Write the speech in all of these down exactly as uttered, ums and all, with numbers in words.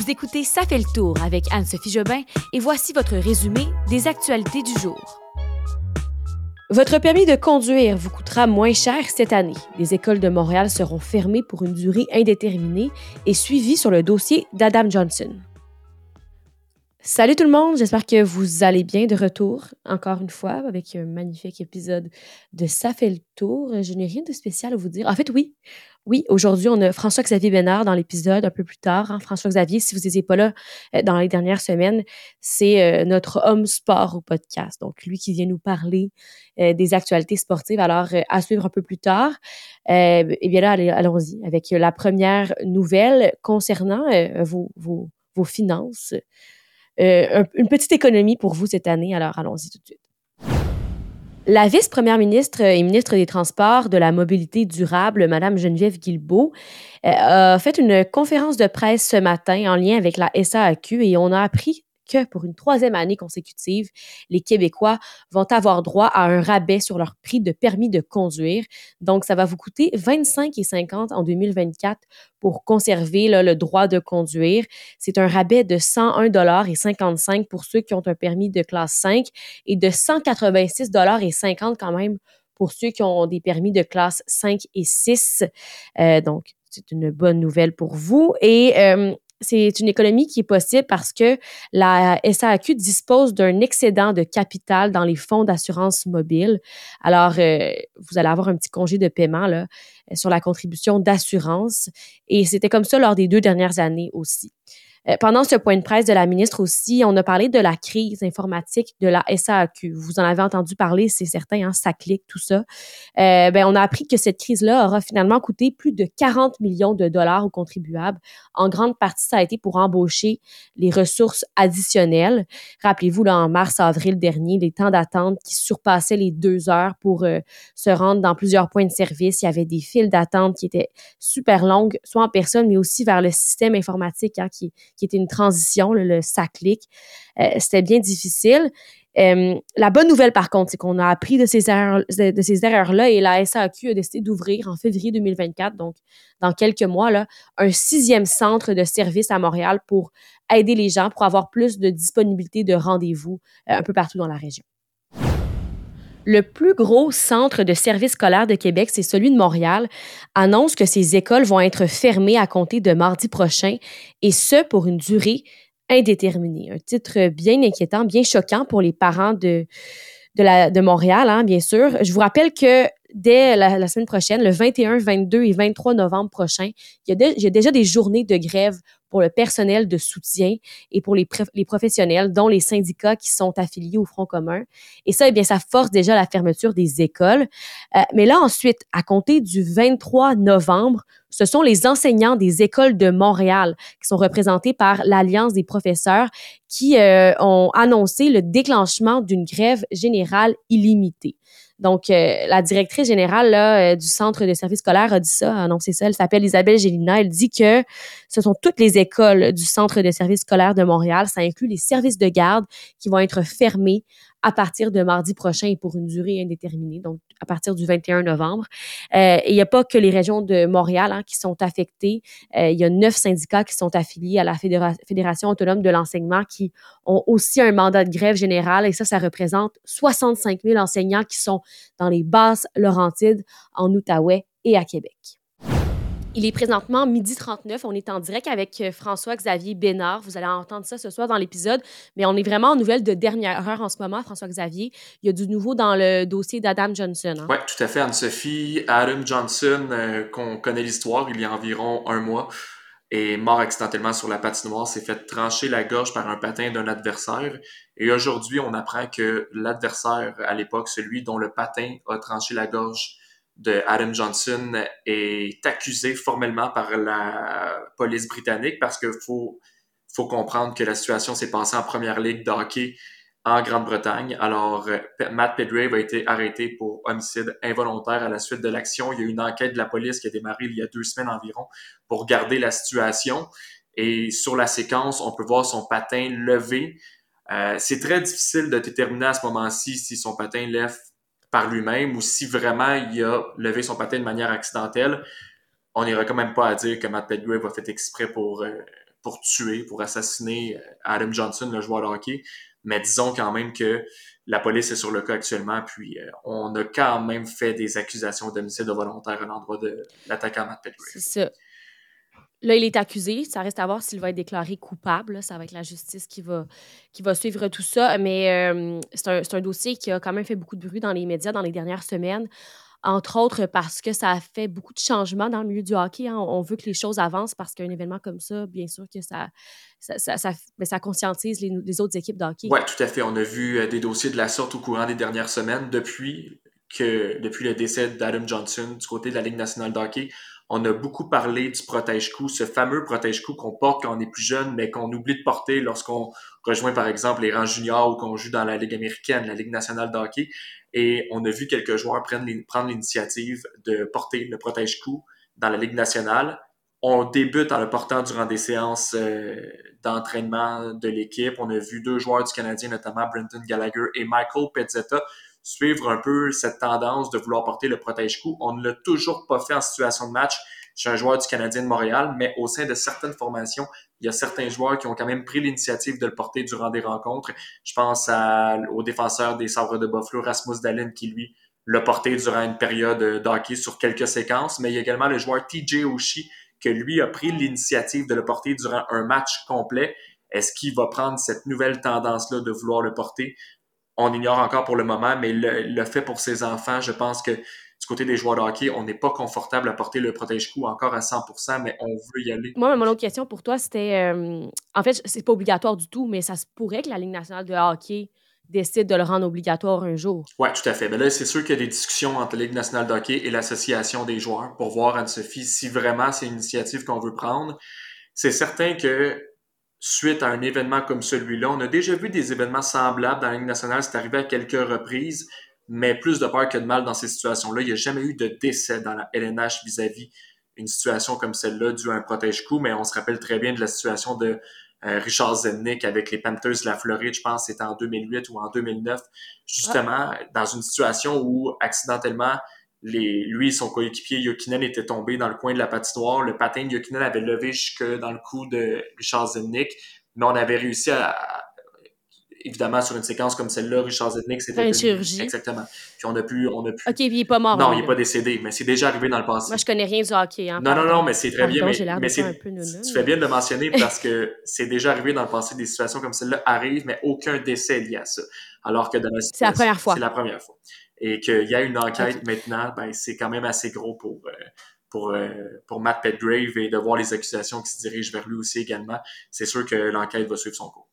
Vous écoutez Ça fait le tour avec Anne-Sophie Jobin et voici votre résumé des actualités du jour. Votre permis de conduire vous coûtera moins cher cette année. Les écoles de Montréal seront fermées pour une durée indéterminée et suivies sur le dossier d'Adam Johnson. Salut tout le monde, j'espère que vous allez bien de retour, encore une fois, avec un magnifique épisode de Ça fait le tour. Je n'ai rien de spécial à vous dire. En fait, oui, oui, aujourd'hui, on a François-Xavier Bénard dans l'épisode un peu plus tard. Hein. François-Xavier, si vous n'étiez pas là euh, dans les dernières semaines, c'est euh, notre homme sport au podcast. Donc, lui qui vient nous parler euh, des actualités sportives. Alors, euh, à suivre un peu plus tard. Euh, et bien là, allez, allons-y avec la première nouvelle concernant euh, vos, vos, vos finances. Euh, un, une petite économie pour vous cette année, alors allons-y tout de suite. La vice-première ministre et ministre des Transports, de la Mobilité durable, Mme Geneviève Guilbeault, euh, a fait une conférence de presse ce matin en lien avec la S A A Q et on a appris que pour une troisième année consécutive, les Québécois vont avoir droit à un rabais sur leur prix de permis de conduire. Donc, ça va vous coûter vingt-cinq dollars cinquante en deux mille vingt-quatre pour conserver là, le droit de conduire. C'est un rabais de cent un dollars cinquante-cinq pour ceux qui ont un permis de classe cinq et de cent quatre-vingt-six dollars cinquante quand même pour ceux qui ont des permis de classe cinq et six. Euh, donc, c'est une bonne nouvelle pour vous. Et euh, c'est une économie qui est possible parce que la S A A Q dispose d'un excédent de capital dans les fonds d'assurance mobile. Alors, euh, vous allez avoir un petit congé de paiement là, sur la contribution d'assurance. Et c'était comme ça lors des deux dernières années aussi. Euh, pendant ce point de presse de la ministre aussi, on a parlé de la crise informatique de la S A A Q. Vous en avez entendu parler, c'est certain, hein, ça clique, tout ça. Euh, ben, on a appris que cette crise-là aura finalement coûté plus de quarante millions de dollars aux contribuables. En grande partie, ça a été pour embaucher les ressources additionnelles. Rappelez-vous, là, en mars-avril dernier, les temps d'attente qui surpassaient les deux heures pour euh, se rendre dans plusieurs points de service. Il y avait des files d'attente qui étaient super longues, soit en personne, mais aussi vers le système informatique hein, qui qui était une transition, le, le ça clique. Euh, c'était bien difficile. Euh, la bonne nouvelle, par contre, c'est qu'on a appris de ces erreurs, de, de ces erreurs-là et la S A A Q a décidé d'ouvrir en février deux mille vingt-quatre, donc dans quelques mois, là, un sixième centre de service à Montréal pour aider les gens, pour avoir plus de disponibilité de rendez-vous euh, un peu partout dans la région. Le plus gros centre de services scolaires de Québec, c'est celui de Montréal, annonce que ces écoles vont être fermées à compter de mardi prochain, et ce, pour une durée indéterminée. Un titre bien inquiétant, bien choquant pour les parents de, de, la, de Montréal, hein, bien sûr. Je vous rappelle que dès la, la semaine prochaine, le vingt et un, vingt-deux et vingt-trois novembre prochain, il y, a de, il y a déjà des journées de grève pour le personnel de soutien et pour les, pr- les professionnels, dont les syndicats qui sont affiliés au Front commun. Et ça, eh bien, ça force déjà la fermeture des écoles. Euh, mais là, ensuite, à compter du vingt-trois novembre, ce sont les enseignants des écoles de Montréal qui sont représentés par l'Alliance des professeurs qui euh, ont annoncé le déclenchement d'une grève générale illimitée. Donc, euh, la directrice générale là, euh, du Centre de services scolaires a dit ça, a annoncé ça. Elle s'appelle Isabelle Gélina. Elle dit que ce sont toutes les écoles du Centre de services scolaires de Montréal. Ça inclut les services de garde qui vont être fermés à partir de mardi prochain et pour une durée indéterminée, donc à partir du vingt et un novembre. Euh, et il n'y a pas que les régions de Montréal hein, qui sont affectées. Euh, il y a neuf syndicats qui sont affiliés à la Fédéra- Fédération autonome de l'enseignement qui ont aussi un mandat de grève générale. Et ça, ça représente soixante-cinq mille enseignants qui sont dans les Basses-Laurentides, en Outaouais et à Québec. Il est présentement midi trente-neuf. On est en direct avec François-Xavier Bénard. Vous allez entendre ça ce soir dans l'épisode, mais on est vraiment en nouvelle de dernière heure en ce moment, François-Xavier. Il y a du nouveau dans le dossier d'Adam Johnson. Hein? Oui, tout à fait, Anne-Sophie. Adam Johnson, euh, qu'on connaît l'histoire, il y a environ un mois, est mort accidentellement sur la patinoire, s'est fait trancher la gorge par un patin d'un adversaire. Et aujourd'hui, on apprend que l'adversaire, à l'époque, celui dont le patin a tranché la gorge de Adam Johnson, est accusé formellement par la police britannique parce que faut, faut comprendre que la situation s'est passée en première ligue de hockey en Grande-Bretagne. Alors, Matt Pedgrave a été arrêté pour homicide involontaire à la suite de l'action. Il y a eu une enquête de la police qui a démarré il y a deux semaines environ pour regarder la situation. Et sur la séquence, on peut voir son patin levé. Euh, c'est très difficile de déterminer à ce moment-ci si son patin lève par lui-même ou si vraiment il a levé son patin de manière accidentelle. On n'ira quand même pas à dire que Matt Pedgrave a fait exprès pour... Euh, pour tuer, pour assassiner Adam Johnson, le joueur de hockey. Mais disons quand même que la police est sur le cas actuellement, puis euh, on a quand même fait des accusations d'homicide volontaire à l'endroit de l'attaquant Matt Petgrave. C'est ça. Là, il est accusé. Ça reste à voir s'il va être déclaré coupable. Là. Ça va être la justice qui va, qui va suivre tout ça. Mais euh, c'est, un, c'est un dossier qui a quand même fait beaucoup de bruit dans les médias dans les dernières semaines, entre autres parce que ça a fait beaucoup de changements dans le milieu du hockey. Hein. On veut que les choses avancent parce qu'un événement comme ça, bien sûr que ça, ça, ça, ça, ben, ça conscientise les, les autres équipes de hockey. Oui, tout à fait. On a vu euh, des dossiers de la sorte au courant des dernières semaines depuis, que, depuis le décès d'Adam Johnson du côté de la Ligue nationale de hockey. On a beaucoup parlé du protège-cou, ce fameux protège-cou qu'on porte quand on est plus jeune, mais qu'on oublie de porter lorsqu'on rejoint, par exemple, les rangs juniors ou qu'on joue dans la Ligue américaine, la Ligue nationale de hockey. Et on a vu quelques joueurs prendre, prendre l'initiative de porter le protège-cou dans la Ligue nationale. On débute en le portant durant des séances euh, d'entraînement de l'équipe. On a vu deux joueurs du Canadien, notamment Brenton Gallagher et Michael Pezzetta, suivre un peu cette tendance de vouloir porter le protège-cou. On ne l'a toujours pas fait en situation de match chez un joueur du Canadien de Montréal, mais au sein de certaines formations, il y a certains joueurs qui ont quand même pris l'initiative de le porter durant des rencontres. Je pense à, au défenseur des Sabres de Buffalo, Rasmus Dahlin, qui lui l'a porté durant une période d'hockey sur quelques séquences, mais il y a également le joueur T J Oshie, que lui a pris l'initiative de le porter durant un match complet. Est-ce qu'il va prendre cette nouvelle tendance-là de vouloir le porter? On ignore encore pour le moment, mais le, le fait pour ses enfants, je pense que du côté des joueurs de hockey, on n'est pas confortable à porter le protège-cou encore à cent pour cent, mais on veut y aller. Moi, mon autre question pour toi, c'était... Euh, en fait, c'est pas obligatoire du tout, mais ça se pourrait que la Ligue nationale de hockey décide de le rendre obligatoire un jour. Oui, tout à fait. Mais là, c'est sûr qu'il y a des discussions entre la Ligue nationale de hockey et l'association des joueurs pour voir, Anne-Sophie, si vraiment c'est une initiative qu'on veut prendre. C'est certain que suite à un événement comme celui-là, on a déjà vu des événements semblables dans la Ligue nationale, c'est arrivé à quelques reprises, mais plus de peur que de mal dans ces situations-là. Il n'y a jamais eu de décès dans la L N H vis-à-vis une situation comme celle-là due à un protège-cou, mais on se rappelle très bien de la situation de euh, Richard Zednik avec les Panthers de la Floride, je pense que c'était en deux mille huit ou en deux mille neuf, justement ah. dans une situation où accidentellement Les, lui et son coéquipier Jokinen étaient tombés dans le coin de la patinoire. Le patin de Jokinen avait levé jusque dans le cou de Richard Zednik, mais on avait réussi à, à évidemment sur une séquence comme celle-là, Richard Zednik c'était une chirurgie. Exactement. Puis on a pu, on a pu. Ok, puis il est pas mort. Non, il est pas décédé, mais c'est déjà arrivé dans le passé. Moi, je connais rien du hockey. Hein, non, non, non, mais c'est très pardon, bien. Mais, j'ai l'air mais de c'est, un peu nounou, tu fais bien de le mentionner parce que c'est déjà arrivé dans le passé, des situations comme celle-là arrivent, mais aucun décès lié à ça. Alors que dans la c'est la première fois. C'est la première fois. Et qu'il y a une enquête okay. maintenant, ben, c'est quand même assez gros pour, euh, pour, euh, pour Matt Petgrave et de voir les accusations qui se dirigent vers lui aussi également. C'est sûr que l'enquête va suivre son cours.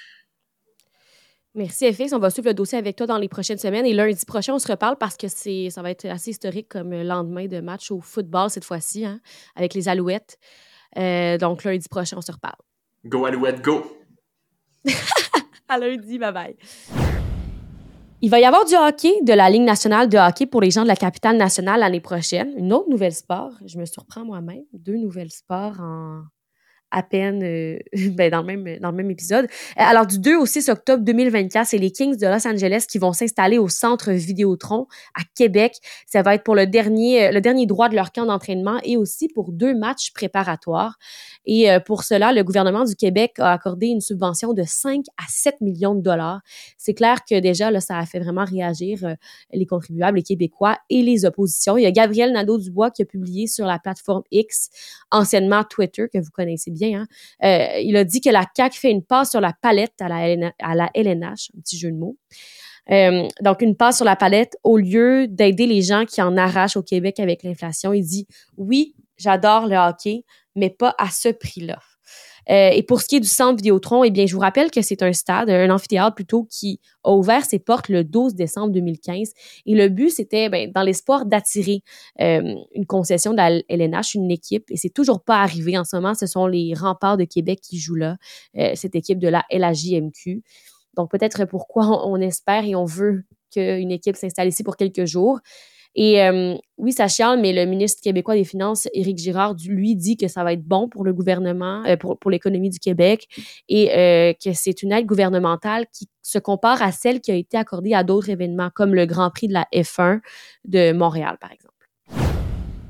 Merci F X, on va suivre le dossier avec toi dans les prochaines semaines et lundi prochain, on se reparle parce que c'est, ça va être assez historique comme lendemain de match au football cette fois-ci, hein, avec les Alouettes. Euh, donc lundi prochain, on se reparle. Go Alouettes, go! À lundi, bye bye. Il va y avoir du hockey, de la Ligue nationale de hockey pour les gens de la capitale nationale l'année prochaine. Une autre nouvelle sport. Je me surprends moi-même. Deux nouvelles sports en à peine euh, ben dans, le même, dans le même épisode. Alors, du deux au six octobre deux mille vingt-quatre, c'est les Kings de Los Angeles qui vont s'installer au Centre Vidéotron à Québec. Ça va être pour le dernier, le dernier droit de leur camp d'entraînement et aussi pour deux matchs préparatoires. Et euh, pour cela, le gouvernement du Québec a accordé une subvention de cinq à sept millions de dollars. C'est clair que déjà, là, ça a fait vraiment réagir euh, les contribuables, les Québécois et les oppositions. Il y a Gabriel Nadeau-Dubois qui a publié sur la plateforme X, anciennement Twitter, que vous connaissez bien. Hein. Euh, il a dit que la C A Q fait une passe sur la palette à la, L N- à la L N H, un petit jeu de mots. Euh, donc, une passe sur la palette au lieu d'aider les gens qui en arrachent au Québec avec l'inflation. Il dit « Oui, j'adore le hockey, mais pas à ce prix-là. » Euh, et pour ce qui est du Centre Vidéotron, eh bien, je vous rappelle que c'est un stade, un amphithéâtre plutôt, qui a ouvert ses portes le douze décembre deux mille quinze. Et le but, c'était ben, dans l'espoir d'attirer euh, une concession de la L N H, une équipe. Et c'est toujours pas arrivé. En ce moment, ce sont les Remparts de Québec qui jouent là, euh, cette équipe de la L A J M Q. Donc, peut-être pourquoi on, on espère et on veut qu'une équipe s'installe ici pour quelques jours. Et euh, oui, ça chiale, mais le ministre québécois des Finances, Éric Girard, lui dit que ça va être bon pour le gouvernement, euh, pour, pour l'économie du Québec et euh, que c'est une aide gouvernementale qui se compare à celle qui a été accordée à d'autres événements, comme le Grand Prix de la F un de Montréal, par exemple.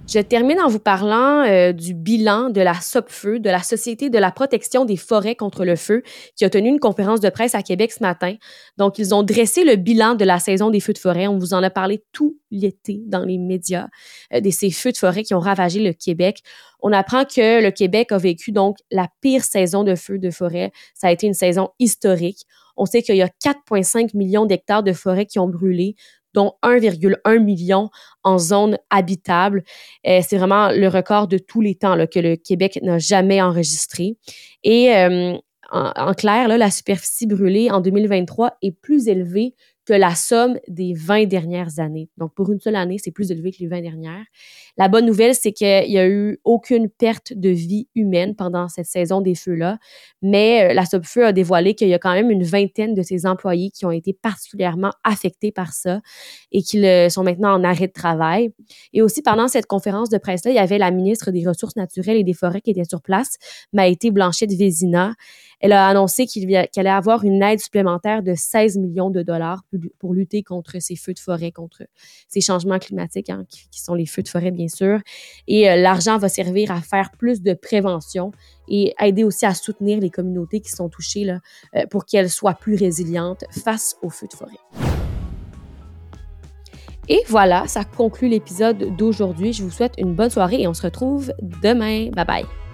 Je termine en vous parlant euh, du bilan de la SOPFEU, de la Société de la protection des forêts contre le feu, qui a tenu une conférence de presse à Québec ce matin. Donc, ils ont dressé le bilan de la saison des feux de forêt. On vous en a parlé tout l'été dans les médias, euh, de ces feux de forêt qui ont ravagé le Québec. On apprend que le Québec a vécu donc la pire saison de feux de forêt. Ça a été une saison historique. On sait qu'il y a quatre virgule cinq millions d'hectares de forêt qui ont brûlé, dont un virgule un million en zone habitable. Euh, c'est vraiment le record de tous les temps là, que le Québec n'a jamais enregistré. Et euh, en, en clair, là, la superficie brûlée en deux mille vingt-trois est plus élevée que la somme des vingt dernières années. Donc, pour une seule année, c'est plus élevé que les vingt dernières. La bonne nouvelle, c'est qu'il n'y a eu aucune perte de vie humaine pendant cette saison des feux-là, mais la SOPFEU a dévoilé qu'il y a quand même une vingtaine de ses employés qui ont été particulièrement affectés par ça et qui le, sont maintenant en arrêt de travail. Et aussi, pendant cette conférence de presse-là, il y avait la ministre des Ressources naturelles et des Forêts qui était sur place, Maïté Blanchette-Vézina. Elle a annoncé qu'il qu'elle allait avoir une aide supplémentaire de seize millions de dollars pour lutter contre ces feux de forêt, contre ces changements climatiques, hein, qui, qui sont les feux de forêt, bien sûr. Et euh, l'argent va servir à faire plus de prévention et aider aussi à soutenir les communautés qui sont touchées là, euh, pour qu'elles soient plus résilientes face aux feux de forêt. Et voilà, ça conclut l'épisode d'aujourd'hui. Je vous souhaite une bonne soirée et on se retrouve demain. Bye bye!